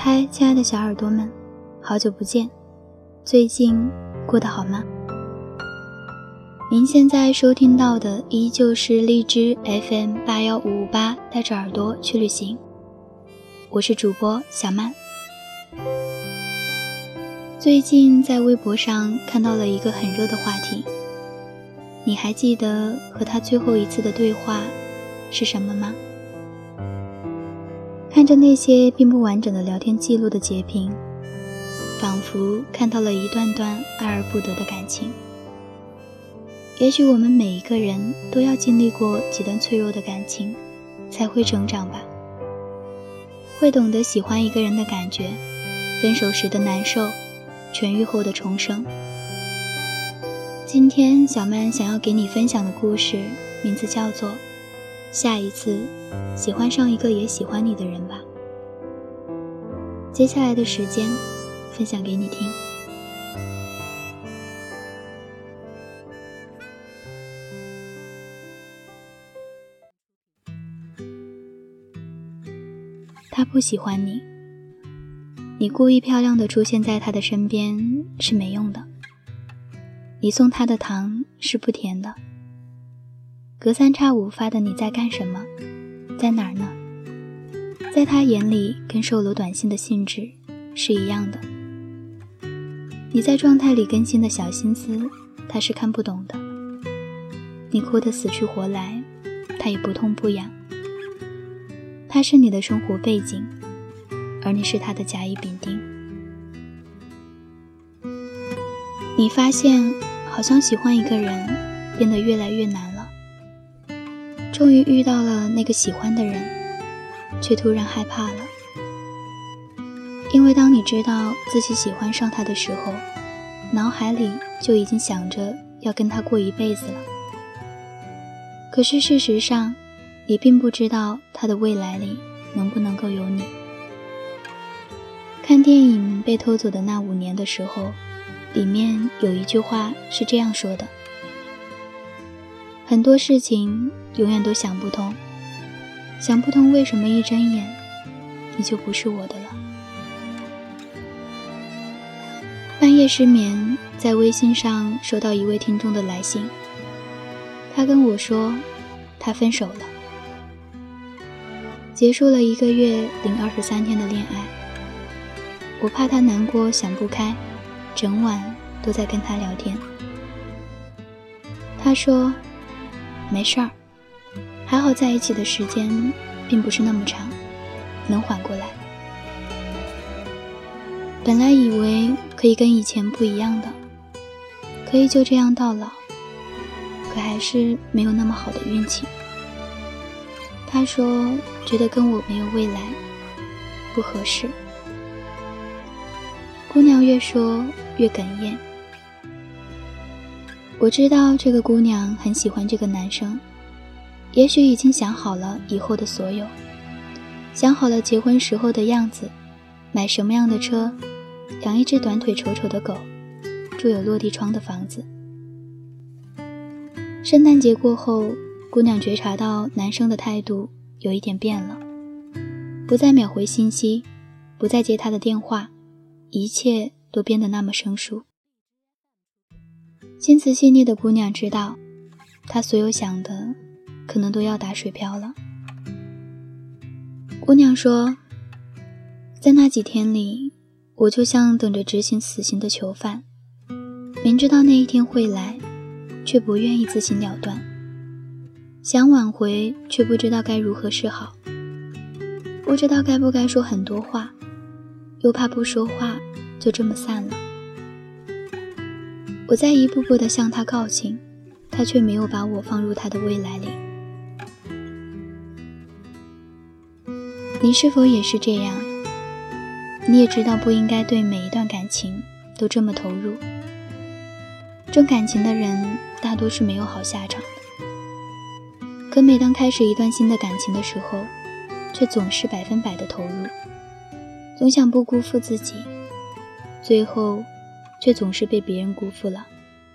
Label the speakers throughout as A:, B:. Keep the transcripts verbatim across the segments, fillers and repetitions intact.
A: 嗨，亲爱的小耳朵们，好久不见，最近过得好吗？您现在收听到的依旧是荔枝 F M 八一五五八，带着耳朵去旅行，我是主播小曼。最近在微博上看到了一个很热的话题，你还记得和他最后一次的对话是什么吗？看着那些并不完整的聊天记录的截屏，仿佛看到了一段段爱而不得的感情。也许我们每一个人都要经历过几段脆弱的感情，才会成长吧，会懂得喜欢一个人的感觉，分手时的难受，痊愈后的重生。今天小曼想要给你分享的故事名字叫做下一次喜欢上一个也喜欢你的人吧。接下来的时间分享给你听。他不喜欢你，你故意漂亮地出现在他的身边是没用的，你送他的糖是不甜的，隔三差五发的你在干什么，在哪儿呢？在他眼里跟售楼短信的性质是一样的，你在状态里更新的小心思他是看不懂的，你哭得死去活来他也不痛不痒。他是你的生活背景，而你是他的甲乙丙丁。你发现好像喜欢一个人变得越来越难了，终于遇到了那个喜欢的人，却突然害怕了。因为当你知道自己喜欢上他的时候，脑海里就已经想着要跟他过一辈子了。可是事实上你并不知道他的未来里能不能够有你。看电影《被偷走的那五年》的时候，里面有一句话是这样说的：很多事情永远都想不通，想不通为什么一睁眼你就不是我的了。半夜失眠，在微信上收到一位听众的来信，他跟我说他分手了，结束了一个月零二十三天的恋爱。我怕他难过想不开，整晚都在跟他聊天。他说没事儿，还好在一起的时间并不是那么长，能缓过来。本来以为可以跟以前不一样的，可以就这样到老，可还是没有那么好的运气。他说觉得跟我没有未来，不合适。姑娘越说越哽咽。我知道这个姑娘很喜欢这个男生，也许已经想好了以后的所有，想好了结婚时候的样子，买什么样的车，养一只短腿丑丑的狗，住有落地窗的房子。圣诞节过后，姑娘觉察到男生的态度有一点变了，不再秒回信息，不再接他的电话，一切都变得那么生疏。心思细腻的姑娘知道，她所有想的可能都要打水漂了。姑娘说，在那几天里，我就像等着执行死刑的囚犯，明知道那一天会来，却不愿意自行了断，想挽回却不知道该如何是好，不知道该不该说很多话，又怕不说话就这么散了。我在一步步地向他靠近，他却没有把我放入他的未来里。你是否也是这样？你也知道不应该对每一段感情都这么投入，重感情的人大多是没有好下场的。可每当开始一段新的感情的时候，却总是百分百的投入，总想不辜负自己，最后却总是被别人辜负了。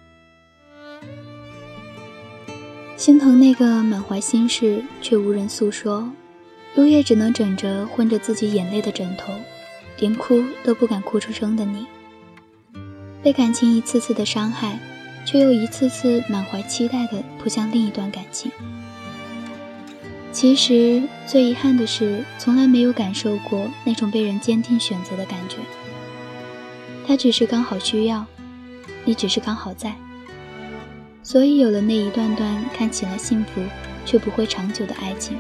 A: 心疼那个满怀心事却无人诉说，入夜只能枕着混着自己眼泪的枕头， 连哭都不敢哭出声的你，被感情一次次的伤害，却又一次次满怀期待地扑向另一段感情。其实最遗憾的是，从来没有感受过那种被人坚定选择的感觉。他只是刚好需要，你只是刚好在，所以有了那一段段看起来幸福却不会长久的爱情。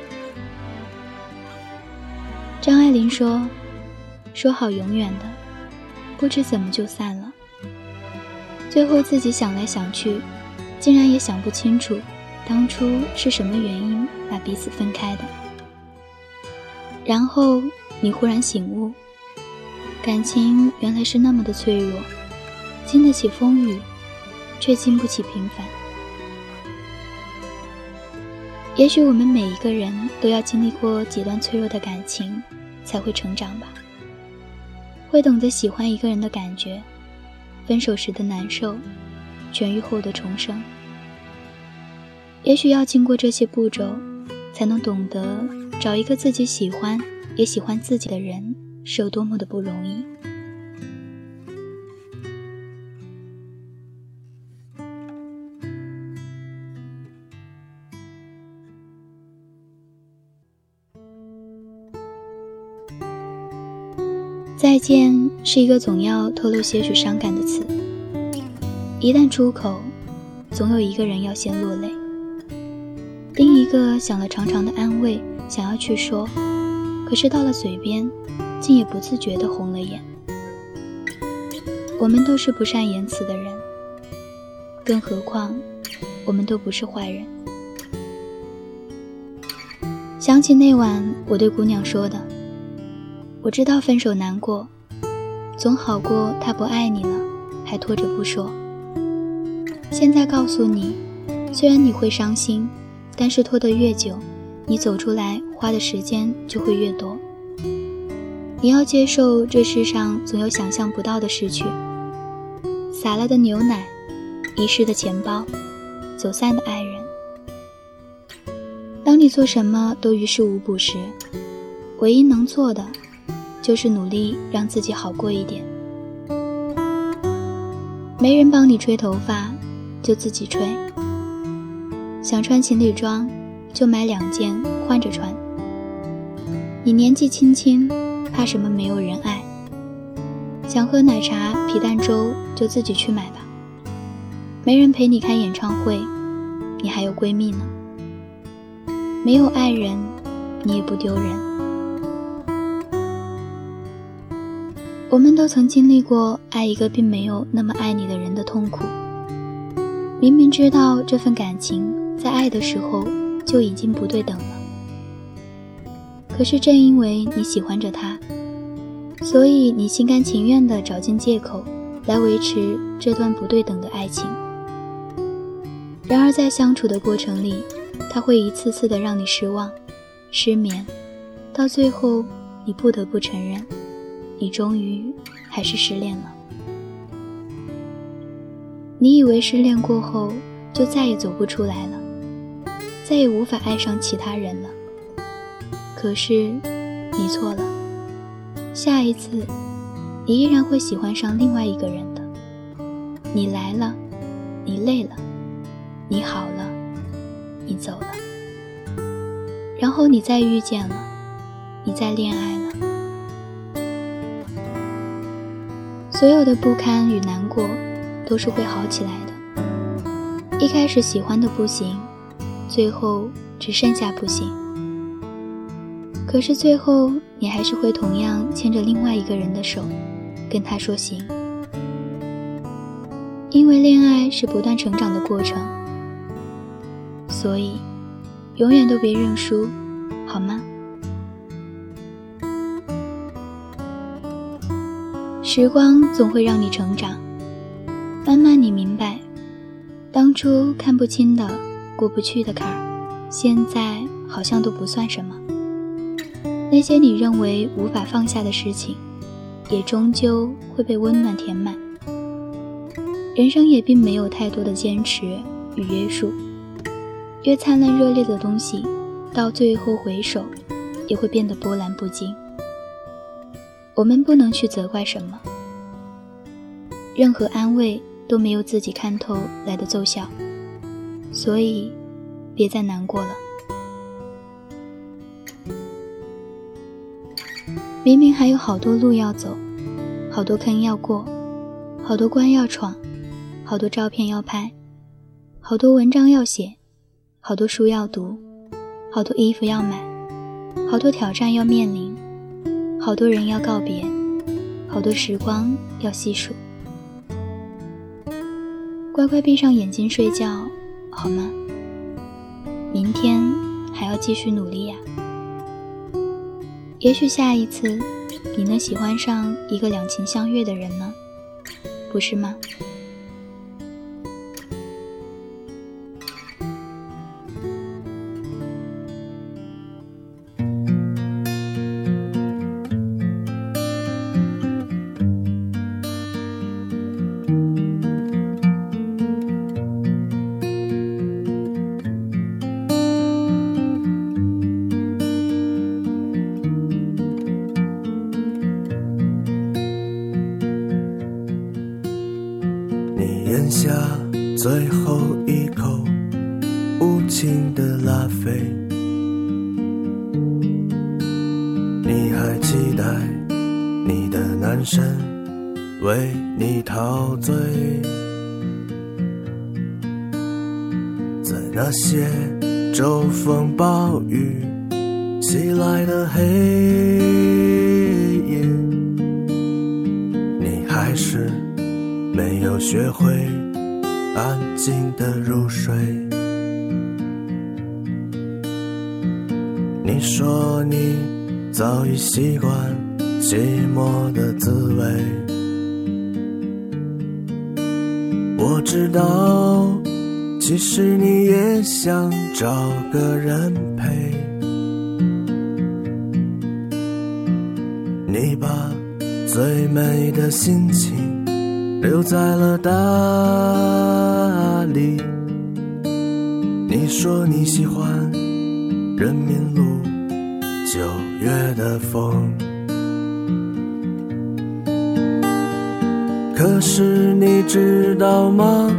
A: 张爱玲说，说好永远的，不知怎么就散了。最后自己想来想去，竟然也想不清楚当初是什么原因把彼此分开的。然后你忽然醒悟，感情原来是那么的脆弱，经得起风雨，却经不起平凡。也许我们每一个人都要经历过几段脆弱的感情，才会成长吧，会懂得喜欢一个人的感觉，分手时的难受，痊愈后的重生。也许要经过这些步骤，才能懂得找一个自己喜欢也喜欢自己的人是有多么的不容易。再见是一个总要透露些许伤感的词，一旦出口，总有一个人要先落泪，另一个想了长长的安慰，想要去说，可是到了嘴边，竟也不自觉地红了眼。我们都是不善言辞的人，更何况我们都不是坏人。想起那晚我对姑娘说的，我知道分手难过，总好过他不爱你了还拖着不说。现在告诉你，虽然你会伤心，但是拖得越久，你走出来花的时间就会越多。你要接受这世上总有想象不到的失去，洒了的牛奶，遗失的钱包，走散的爱人。当你做什么都于事无补时，唯一能做的就是努力让自己好过一点。没人帮你吹头发，就自己吹。想穿情侣装，就买两件换着穿。你年纪轻轻，怕什么没有人爱？想喝奶茶皮蛋粥，就自己去买吧。没人陪你看演唱会，你还有闺蜜呢。没有爱人，你也不丢人。我们都曾经历过爱一个并没有那么爱你的人的痛苦。明明知道这份感情在爱的时候就已经不对等了，可是正因为你喜欢着他，所以你心甘情愿地找尽借口来维持这段不对等的爱情。然而在相处的过程里，他会一次次地让你失望、失眠，到最后你不得不承认，你终于还是失恋了。你以为失恋过后就再也走不出来了，再也无法爱上其他人了。可是你错了，下一次你依然会喜欢上另外一个人的。你来了，你累了，你好了，你走了，然后你再遇见了，你再恋爱了。所有的不堪与难过都是会好起来的。一开始喜欢的不行，最后只剩下不行。可是最后你还是会同样牵着另外一个人的手，跟他说行。因为恋爱是不断成长的过程，所以永远都别认输，好吗？时光总会让你成长，慢慢你明白，当初看不清的、过不去的坎儿，现在好像都不算什么。那些你认为无法放下的事情，也终究会被温暖填满。人生也并没有太多的坚持与约束，越灿烂热烈的东西，到最后回首，也会变得波澜不惊。 我们不能去责怪什么，任何安慰都没有自己看透来的奏效，所以别再难过了。明明还有好多路要走，好多坑要过，好多关要闯，好多照片要拍，好多文章要写，好多书要读，好多衣服要买，好多挑战要面临，好多人要告别，好多时光要细数。乖乖闭上眼睛睡觉好吗？明天还要继续努力呀。也许下一次你能喜欢上一个两情相悦的人呢，不是吗？
B: 咽下最后一口无情的拉菲，你还期待你的男神为你陶醉，在那些骤风暴雨袭来的黑夜，你还是没有学会安静地入睡。你说你早已习惯寂寞的滋味，我知道其实你也想找个人陪，你把最美的心情留在了大理，你说你喜欢人民路九月的风，可是你知道吗，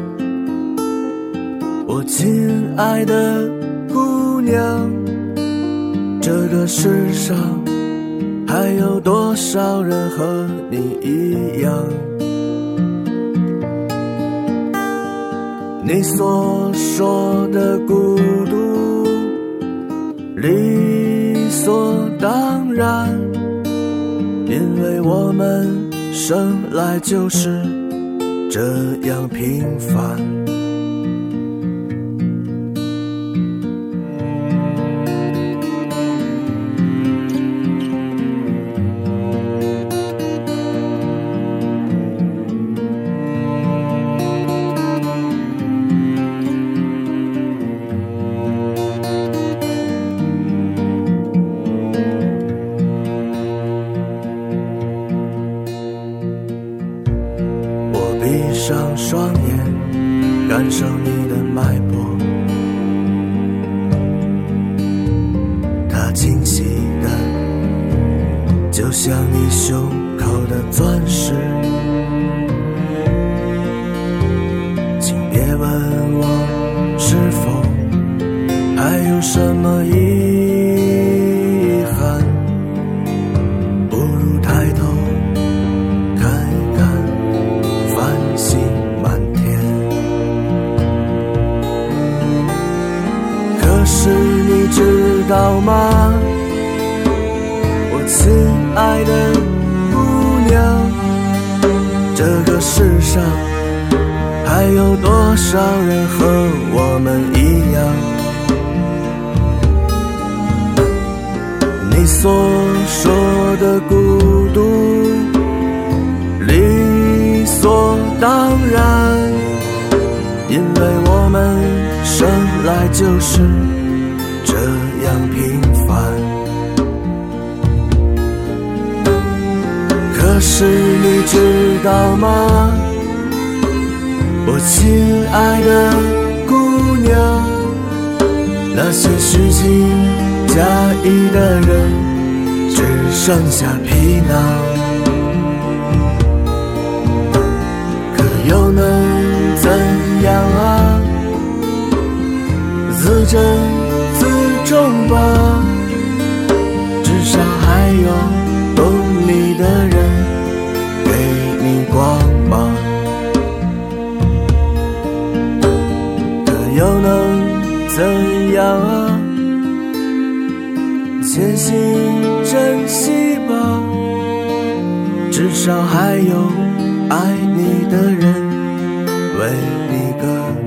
B: 我亲爱的姑娘，这个世上还有多少人和你一样，你所说的孤独理所当然，因为我们生来就是这样平凡。闭上双眼，感受你的脉搏，它清晰的就像你胸口的钻石，请别问我是否还有什么遗憾，不如抬头看一看繁星满天。可是你知道吗，我亲爱的姑娘，这个世上还有多少人和我们一样，你所说的孤独理所当然，因为我们生来就是这样平凡。可是你知道吗，我亲爱的姑娘，那些虚情假意的人只剩下皮囊。 又能怎样啊？自珍自重吧，至少还有懂你的人给你光芒。可又能怎样啊？且行珍惜吧，至少还有爱你的人为你歌